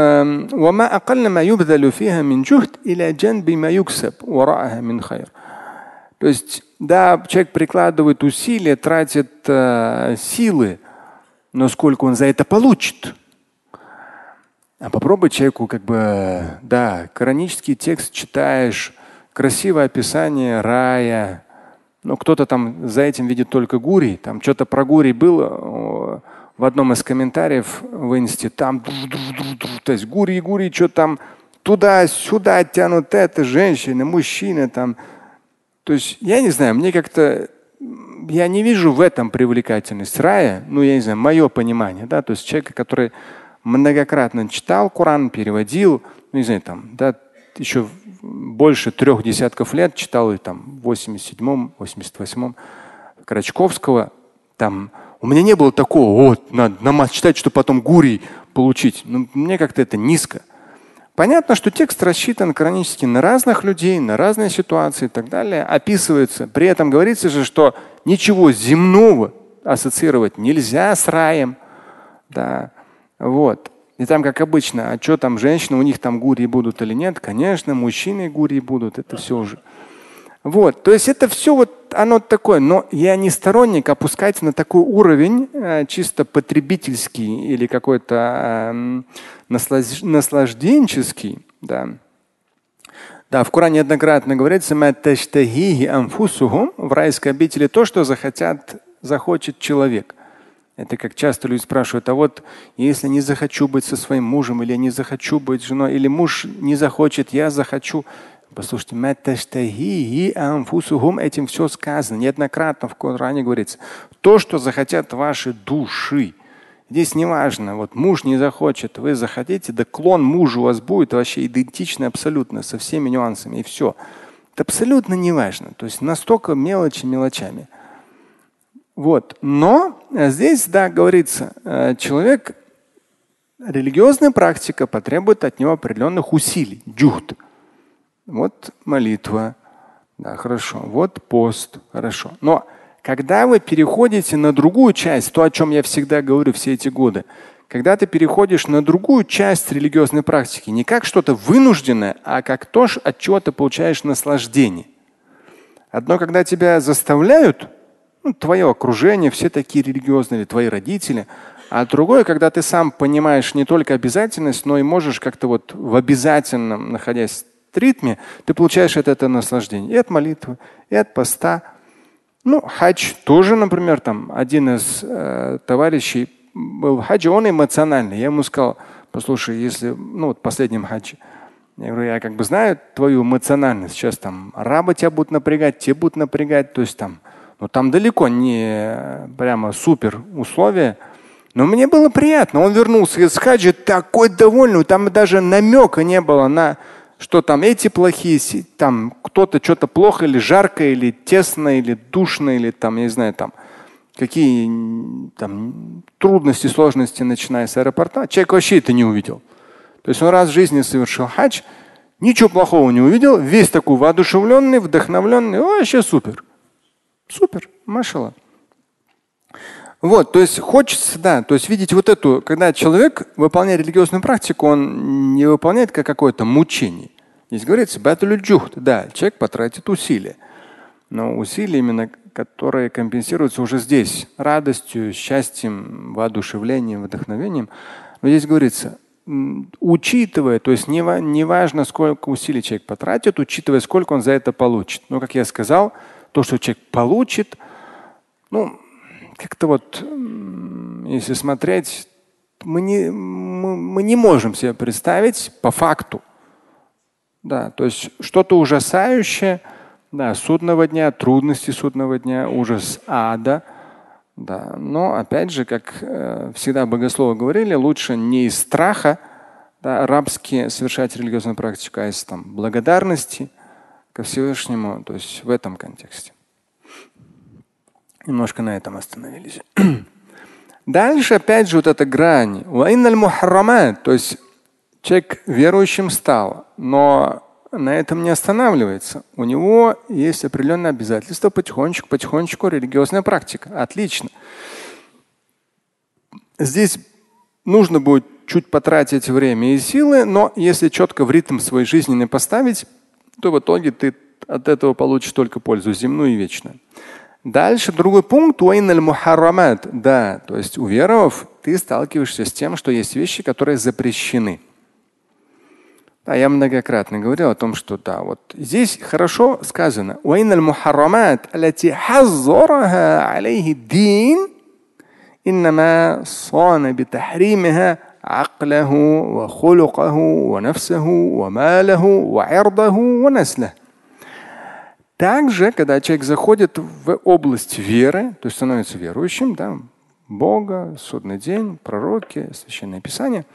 то есть, да, человек прикладывает усилия, тратит силы, но сколько он за это получит? А попробуй человеку, коранический текст читаешь, красивое описание рая. Кто-то за этим видит только гурий. Там что-то про гурий было в одном из комментариев в инсте. Там, то есть гурий, что там туда-сюда тянут это, женщины, мужчины там. То есть я не знаю, я не вижу в этом привлекательность рая. Я не знаю, мое понимание, да, то есть человека, который многократно читал Коран, переводил, еще больше 3 десятков лет читал и в 87-м, 88-м Крачковского. У меня не было такого, вот, надо намаз читать, чтобы потом гурий получить. Ну, мне как-то это низко. Понятно, что текст рассчитан канонически на разных людей, на разные ситуации и так далее. Описывается. При этом говорится же, что ничего земного ассоциировать нельзя с раем. Да. Вот. И там, как обычно, а что там женщины, у них там гурии будут или нет? Конечно, мужчины гурии будут. Это все уже. Вот, то есть это все вот оно такое, но я не сторонник опускать на такой уровень чисто потребительский или какой-то наслажденческий. Да. Да, в Коране неоднократно говорится, в райской обители то, что захочет человек. Это как часто люди спрашивают, а вот если не захочу быть со своим мужем, или не захочу быть женой, или муж не захочет, я захочу. Послушайте, этим все сказано. Неоднократно в Коране говорится. То, что захотят ваши души. Здесь не важно, вот муж не захочет, вы захотите, да клон мужа у вас будет вообще идентичный абсолютно, со всеми нюансами, и все. Это абсолютно не важно. То есть настолько мелочами. Вот. Но здесь, да, говорится, человек, религиозная практика потребует от него определенных усилий. Джухд. Вот молитва, да, хорошо. Вот пост, хорошо. Но когда вы переходите на другую часть, то, о чем я всегда говорю все эти годы, когда ты переходишь на другую часть религиозной практики, не как что-то вынужденное, а как то, от чего ты получаешь наслаждение. Одно, когда тебя заставляют, твое окружение, все такие религиозные, твои родители, а другое, когда ты сам понимаешь не только обязательность, но и можешь как-то вот в обязательном, находясь ритме, ты получаешь это наслаждение. И от молитвы, и от поста. Хадж тоже, например, там один из товарищей был в хаджи, он эмоциональный. Я ему сказал, послушай, если, вот в последнем хаджи, я говорю, я как бы знаю твою эмоциональность. Сейчас там арабы тебя будут напрягать, те будут напрягать. То есть там далеко не прямо супер условия. Но мне было приятно. Он вернулся из хаджи такой довольный. Там даже намека не было на что там эти плохие, там кто-то что-то плохо или жарко, или тесно, или душно, или там, я не знаю, там какие там трудности, сложности, начиная с аэропорта. Человек вообще это не увидел. То есть он раз в жизни совершил хадж, ничего плохого не увидел, весь такой воодушевленный, вдохновленный. Вообще супер. Супер, машалла. Вот, то есть хочется, да, то есть видеть вот эту, когда человек, выполняет религиозную практику, он не выполняет как какое-то мучение. Здесь говорится, да, человек потратит усилия. Но усилия именно, которые компенсируются уже здесь радостью, счастьем, воодушевлением, вдохновением. Но здесь говорится, учитывая, то есть не важно, сколько усилий человек потратит, учитывая, сколько он за это получит. Но, как я сказал, то, что человек получит, как-то вот, если смотреть, мы не можем себе представить по факту. Да, то есть что-то ужасающее, да, судного дня, трудности судного дня, ужас ада. Да. Но опять же, как всегда богословы говорили, лучше не из страха, да, рабски совершать религиозную практику, а из благодарности ко Всевышнему, то есть в этом контексте. Немножко на этом остановились. Дальше опять же вот эта грань. То есть человек верующим стал, но на этом не останавливается. У него есть определенные обязательства, потихонечку религиозная практика. Отлично. Здесь нужно будет чуть потратить время и силы, но если четко в ритм своей жизни поставить, то в итоге ты от этого получишь только пользу земную и вечную. Дальше другой пункт. Да, то есть уверовав, ты сталкиваешься с тем, что есть вещи, которые запрещены. Да, я многократно говорил о том, что да, вот здесь хорошо сказано. Также, когда человек заходит в область веры, то есть становится верующим, да, Бога, судный день, пророки, священное писание,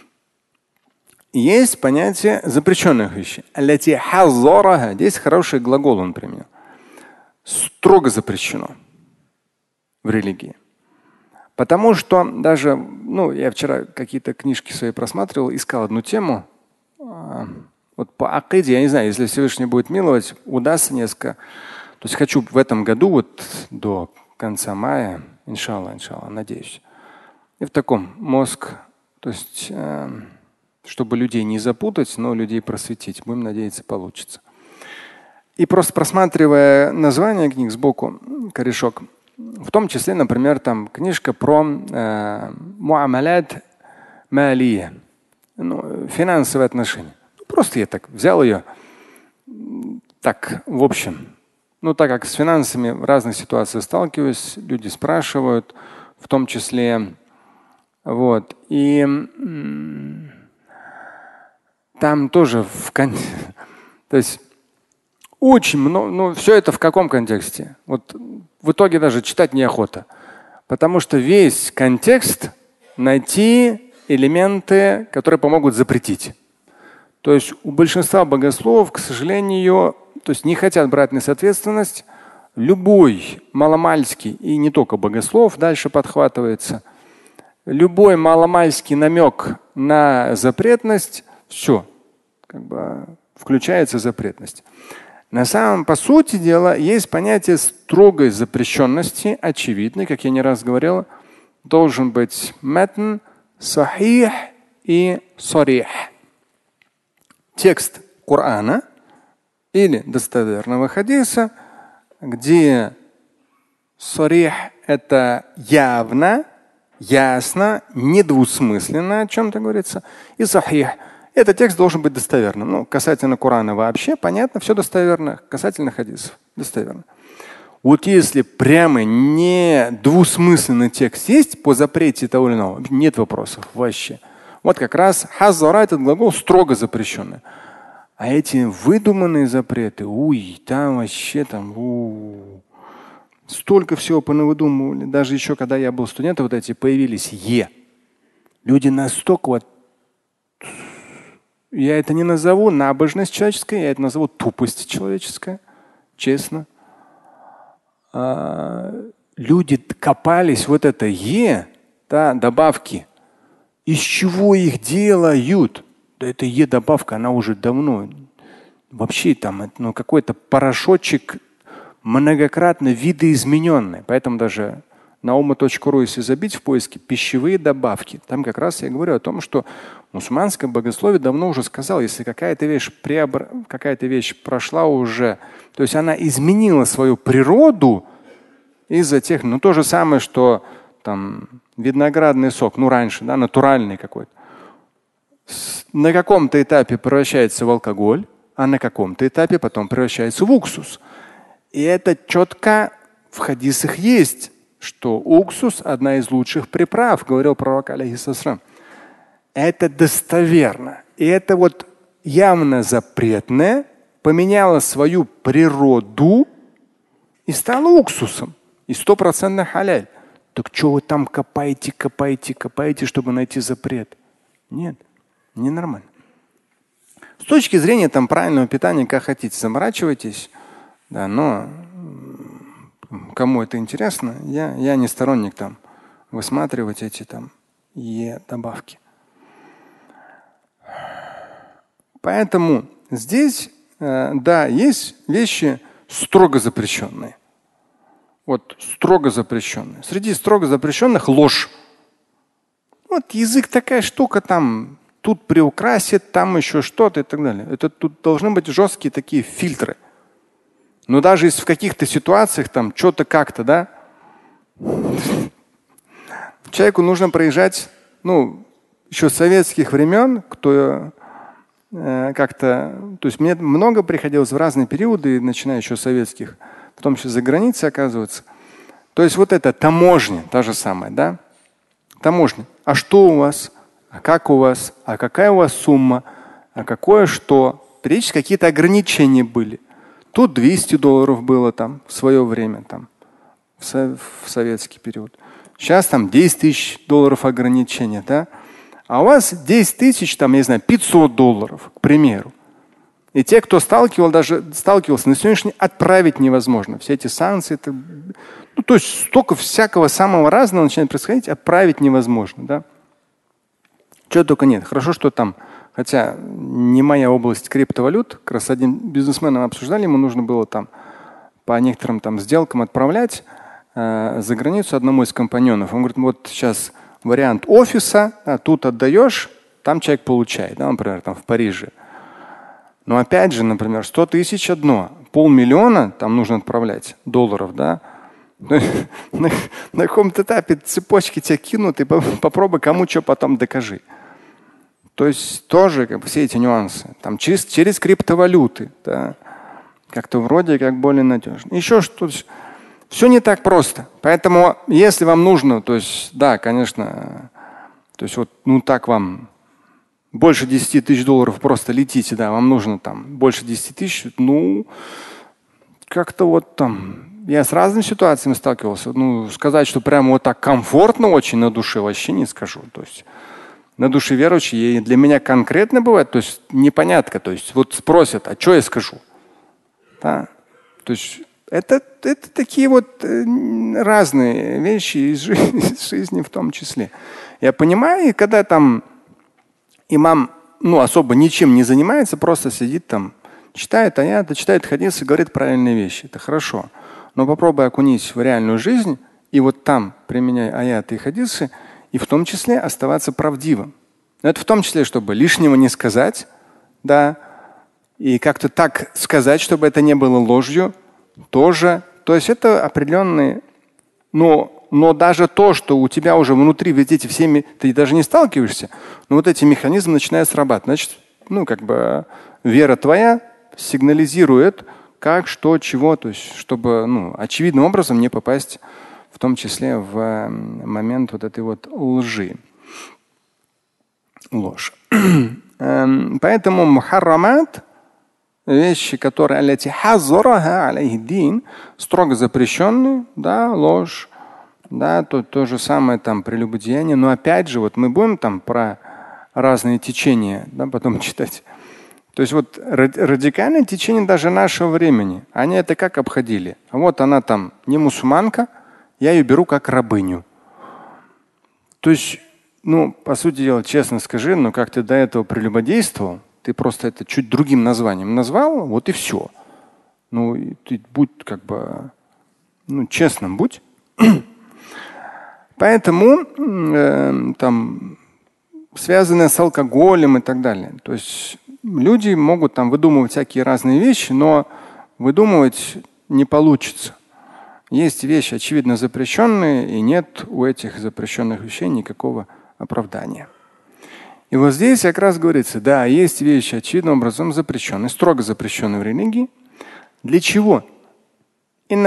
есть понятие запрещенных вещей. Здесь хороший глагол он применил. Строго запрещено в религии. Потому что даже, я вчера какие-то книжки свои просматривал, искал одну тему. Вот по акиде, я не знаю, если Всевышний будет миловать, удастся несколько. То есть хочу в этом году, вот до конца мая, иншаллах, надеюсь. И в таком мозг, то есть, чтобы людей не запутать, но людей просветить. Будем надеяться, получится. И просто просматривая название книг сбоку, корешок, в том числе, например, там книжка про муамалят малия, финансовые отношения. Просто я так взял ее, так, в общем. Так как с финансами в разных ситуациях сталкиваюсь, люди спрашивают, в том числе, вот. И там тоже то есть очень много, все это в каком контексте? Вот в итоге даже читать неохота. Потому что весь контекст найти элементы, которые помогут запретить. То есть у большинства богословов, к сожалению, то есть не хотят брать на себя ответственность. Любой маломальский, и не только богослов, дальше подхватывается. Любой маломальский намек на запретность, все, включается запретность. По сути дела, есть понятие строгой запрещенности, очевидной, как я не раз говорил, должен быть матн, сахих и сарих. Текст Корана или достоверного хадиса, где сарих – это явно, ясно, недвусмысленно о чем-то говорится, и сахих – этот текст должен быть достоверным. Касательно Корана вообще понятно, все достоверно, касательно хадисов достоверно. Вот если прямо не двусмысленный текст есть по запрете того или иного, нет вопросов вообще. Вот как раз хазара, этот глагол строго запрещенный. А эти выдуманные запреты, там вообще столько всего понавыдумывали. Даже еще когда я был студентом, вот эти появились Люди настолько я это не назову набожность человеческая, я это назову тупость человеческая, честно. Люди копались вот это добавки. Из чего их делают? Да это добавка, она уже давно. Вообще там какой-то порошочек многократно видоизмененный. Поэтому даже на umma.ru, если забить в поиске пищевые добавки, там как раз я говорю о том, что мусульманское богословие давно уже сказало, если какая-то вещь прошла уже, то есть она изменила свою природу из-за тех, то же самое, что там виноградный сок, раньше, натуральный какой-то, на каком-то этапе превращается в алкоголь, а на каком-то этапе потом превращается в уксус. И это четко в хадисах есть, что уксус – одна из лучших приправ, говорил пророк алейхиссалям. Это достоверно. И это явно запретное поменяло свою природу и стало уксусом. И 100% халяль. Так что вы там копаете, чтобы найти запрет? Нет, ненормально. С точки зрения правильного питания, как хотите, заморачивайтесь. Да, но кому это интересно, я не сторонник высматривать эти добавки. Поэтому здесь, есть вещи строго запрещенные. Строго запрещенные. Среди строго запрещенных ложь. Язык такая штука, тут приукрасит, там еще что-то и так далее. Тут должны быть жесткие такие фильтры. Но даже если в каких-то ситуациях что-то как-то, человеку нужно проезжать, еще с советских времен, кто то есть мне много приходилось в разные периоды, начиная еще с советских, в том числе за границей, оказывается. То есть это таможня, та же самая, таможня. А что у вас? А как у вас? А какая у вас сумма? А какое что? Периодически какие-то ограничения были. Тут $200 было в свое время, в советский период. Сейчас $10 000 ограничения, А у вас 10 тысяч, $500, к примеру. И те, кто сталкивался, на сегодняшний день отправить невозможно. Все эти санкции, Ну, то есть столько всякого самого разного начинает происходить, отправить невозможно. Да? Чего только нет. Хорошо, что там, хотя не моя область криптовалют, как раз один бизнесмен мы обсуждали, ему нужно было там по некоторым там сделкам отправлять за границу одному из компаньонов. Он говорит, вот сейчас вариант офиса, тут отдаешь, там человек получает, да, например, там в Париже. Но опять же, например, 100 тысяч одно, 500 000 там нужно отправлять долларов, да. На каком-то этапе цепочки тебя кинут, и попробуй кому что потом докажи. То есть тоже как бы, все эти нюансы. Там через криптовалюты, да, как-то вроде как более надежно. Еще что-то. Все не так просто. Поэтому, если вам нужно, то есть, да, конечно, то есть вот, ну так вам больше 10 тысяч долларов просто летите, да, вам нужно там больше 10 тысяч, ну, как-то вот там, я с разными ситуациями сталкивался. Ну, сказать, что прямо вот так комфортно очень на душе вообще не скажу. То есть на душе верующие для меня конкретно бывает, то есть непонятно, то есть вот спросят, а что я скажу? Да? То есть это такие вот разные вещи из жизни в том числе. Я понимаю, и когда там имам ну, особо ничем не занимается, просто сидит там, читает аяты, читает хадисы, говорит правильные вещи. Это хорошо. Но попробуй окунись в реальную жизнь и вот там применяй аяты и хадисы, и в том числе оставаться правдивым. Но это в том числе, чтобы лишнего не сказать, да, и как-то так сказать, чтобы это не было ложью, тоже. То есть это определенные, но даже то, что у тебя уже внутри вот эти всеми, ты даже не сталкиваешься, но вот эти механизмы начинают срабатывать. Значит, ну как бы вера твоя сигнализирует, как, что, чего, то есть, чтобы ну, очевидным образом не попасть в том числе в момент вот этой вот лжи. Ложь. Поэтому мухаррамат, вещи, которые строго запрещенные, да, ложь, да, то же самое там прелюбодеяние. Но опять же, вот мы будем там про разные течения, да, потом читать. То есть вот радикальное течение даже нашего времени, они это как обходили? А вот она там не мусульманка, я ее беру как рабыню. То есть, ну, по сути дела, честно скажи, но как ты до этого прелюбодействовал, ты просто это чуть другим названием назвал, вот и все. Ну, ты будь как бы, ну, честным будь. Поэтому там связанное с алкоголем и так далее. То есть люди могут там выдумывать всякие разные вещи, но выдумывать не получится. Есть вещи, очевидно, запрещенные, и нет у этих запрещенных вещей никакого оправдания. И вот здесь как раз говорится, да, есть вещи, очевидным образом запрещенные, строго запрещенные в религии. Для чего? То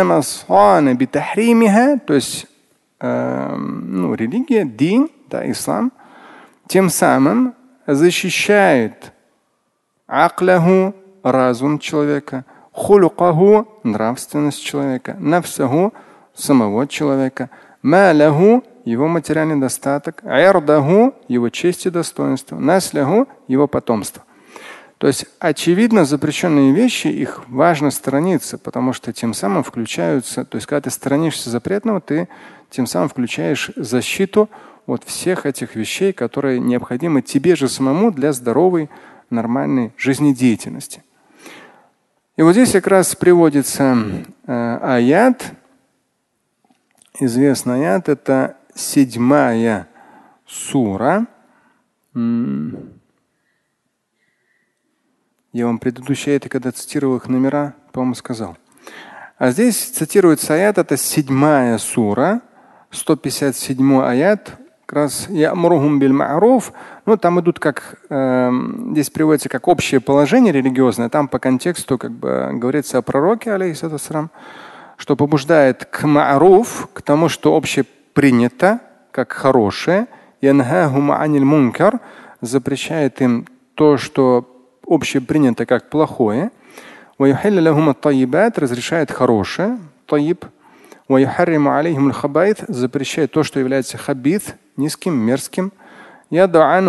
есть ну, религия, дин, да, ислам, тем самым защищает аклаху, разум человека, хулукаху, нравственность человека, нафсаху, самого человека, маляху, его материальный достаток, айрдаху, его честь и достоинство, насляху, его потомство. То есть, очевидно, запрещенные вещи, их важно сторониться, потому что тем самым включаются, то есть, когда ты сторонишься запретного, ты тем самым включаешь защиту от всех этих вещей, которые необходимы тебе же самому для здоровой, нормальной жизнедеятельности. И вот здесь как раз приводится аят, известный аят, это 7 сура. Я вам предыдущие аяты, когда цитировал их номера, по-моему, сказал. А здесь цитируется аят, это 7 сура, 157 аят, как раз «Я'мурухум биль ма'руф». Ну, там идут как, здесь приводится как общее положение религиозное, там по контексту как бы говорится о пророке, алейхиссалям, что побуждает к ма'руф, к тому, что общепринято, как хорошее, янхахум аниль мункар, запрещает им то, что общепринято как плохое, разрешает хорошее, таиб, запрещает то, что является хабит, низким, мерзким, и дает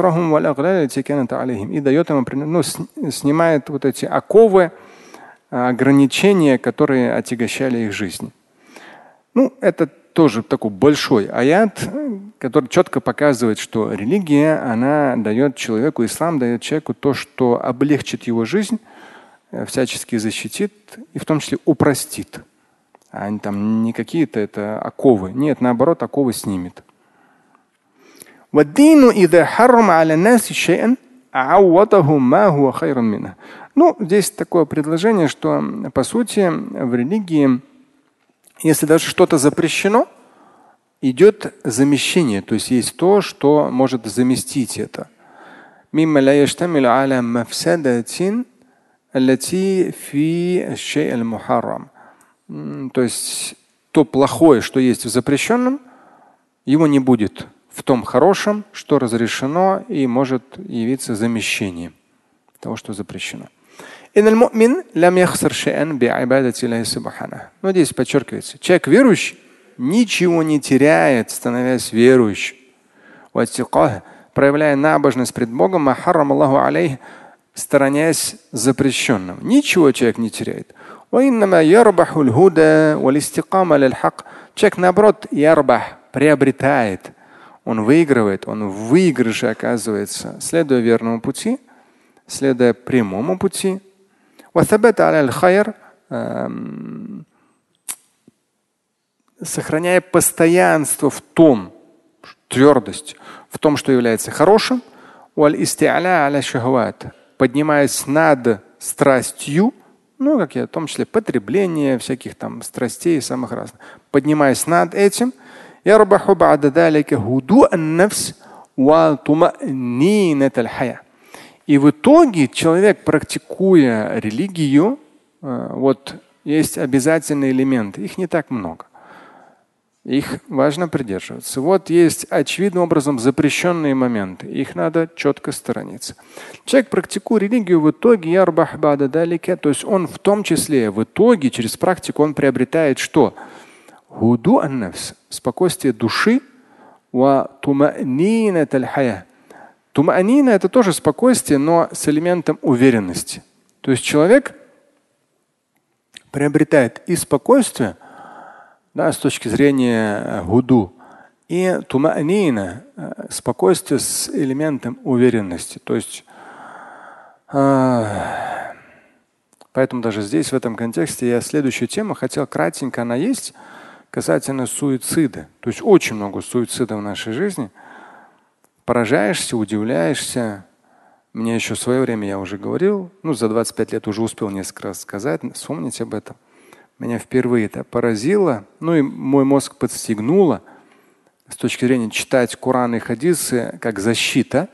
им, ну, снимает вот эти оковы, ограничения, которые отягощали их жизнь. Ну, это тоже такой большой аят, который четко показывает, что религия, она дает человеку, ислам дает человеку то, что облегчит его жизнь, всячески защитит и в том числе упростит. А там не какие-то это оковы. Нет, наоборот, оковы снимет. Ну, здесь такое предложение, что по сути в религии, если даже что-то запрещено, идет замещение, то есть есть то, что может заместить это. То есть то плохое, что есть в запрещенном, его не будет в том хорошем, что разрешено, и может явиться замещением того, что запрещено. Но здесь подчеркивается, человек верующий ничего не теряет, становясь верующим. Проявляя набожность пред Богом, сторонясь запрещенным. Ничего человек не теряет. Человек, наоборот, приобретает. Он выигрывает, он в выигрыше оказывается, следуя верному пути, следуя прямому пути. Сохраняя постоянство в том, твердость в том, что является хорошим, поднимаясь над страстью, ну, как я, в том числе потребление всяких там страстей самых разных, поднимаясь над этим, и в итоге человек, практикуя религию, вот есть обязательные элементы, их не так много. Их важно придерживаться. Вот есть очевидным образом запрещенные моменты. Их надо четко сторониться. Человек, практикуя религию, в итоге то есть он в том числе в итоге через практику он приобретает что? Спокойствие души. Тума'нина это тоже спокойствие, но с элементом уверенности. То есть человек приобретает и спокойствие, да, с точки зрения гуду, и тума'нина, спокойствие с элементом уверенности. То есть, поэтому даже здесь, в этом контексте, я следующую тему хотел кратенько, она есть, касательно суицида. То есть очень много суицида в нашей жизни. Поражаешься, удивляешься. Мне еще в свое время я уже говорил, ну за 25 лет уже успел несколько раз сказать, вспомнить об этом. Меня впервые это поразило, ну и мой мозг подстегнуло с точки зрения читать Коран и хадисы как защита,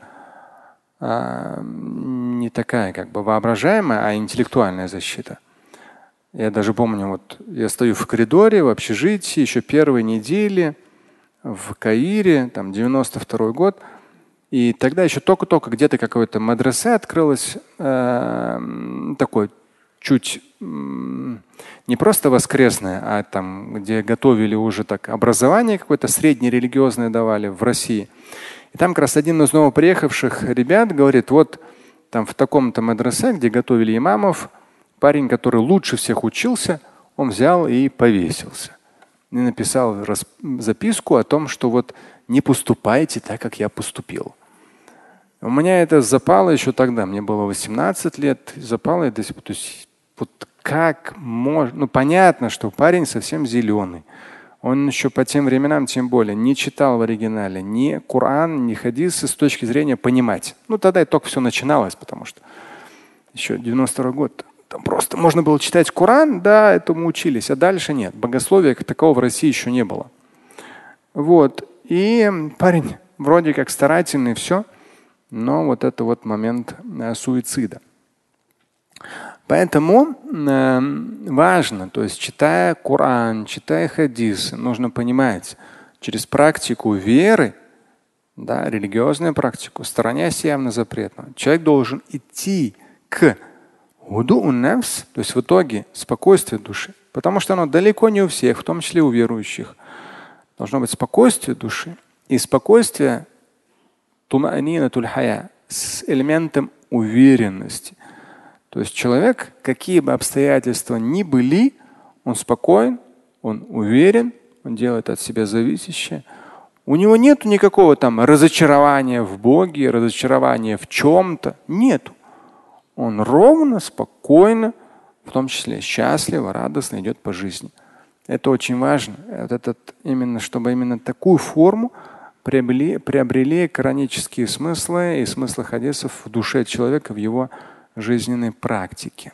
не такая как бы воображаемая, а интеллектуальная защита. Я даже помню, вот я стою в коридоре в общежитии еще первой недели в Каире, там 92-й год, и тогда еще только-только где-то какое-то мадресе открылось, такой чуть не просто воскресное, а там, где готовили уже так образование какое-то среднерелигиозное давали в России. И там как раз один из новоприехавших ребят говорит, вот там в таком-то мадресе, где готовили имамов, парень, который лучше всех учился, он взял и повесился. И написал записку о том, что вот не поступайте так, как я поступил. У меня это запало еще тогда, мне было 18 лет, запало это, то есть вот как можно, ну понятно, что парень совсем зеленый. Он еще по тем временам, тем более, не читал в оригинале ни Коран, ни хадисы с точки зрения понимать. Ну тогда и только все начиналось, потому что еще 92 год. Там просто можно было читать Коран, да, этому учились, а дальше нет. Богословия как такового в России еще не было. Вот. И парень вроде как старательный, все, но вот это вот момент суицида. Поэтому важно, то есть читая Коран, читая хадисы, нужно понимать через практику веры, да, религиозную практику, сторонясь явно запретного, человек должен идти к то есть в итоге спокойствие души, потому что оно далеко не у всех, в том числе у верующих. Должно быть спокойствие души и спокойствие с элементом уверенности. То есть человек, какие бы обстоятельства ни были, он спокоен, он уверен, он делает от себя зависящее. У него нет никакого там разочарования в Боге, разочарования в чем-то. Нету. Он ровно, спокойно, в том числе счастливо, радостно идет по жизни. Это очень важно. Чтобы именно такую форму приобрели коранические смыслы и смыслы хадисов в душе человека, в его жизненной практике.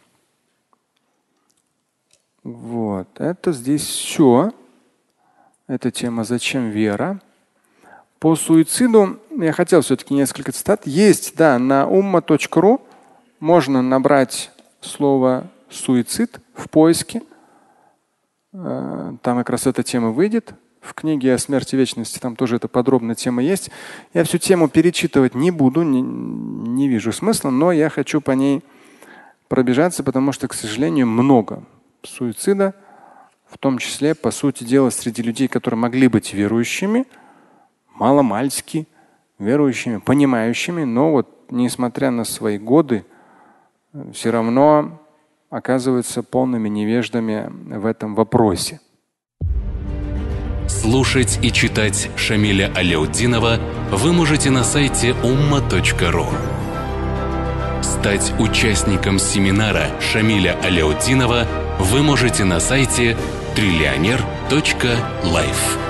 Вот. Это здесь все. Это тема «Зачем вера?». По суициду я хотел все-таки несколько цитат. Есть, да, на umma.ru можно набрать слово «суицид» в поиске. Там как раз эта тема выйдет. В книге о смерти вечности там тоже эта подробная тема есть. Я всю тему перечитывать не буду, не вижу смысла, но я хочу по ней пробежаться, потому что, к сожалению, много суицида, в том числе, по сути дела, среди людей, которые могли быть верующими, маломальски верующими, понимающими, но вот несмотря на свои годы, все равно оказываются полными невеждами в этом вопросе. Слушать и читать Шамиля Аляутдинова вы можете на сайте umma.ru. Стать участником семинара Шамиля Аляутдинова вы можете на сайте trillioner.life.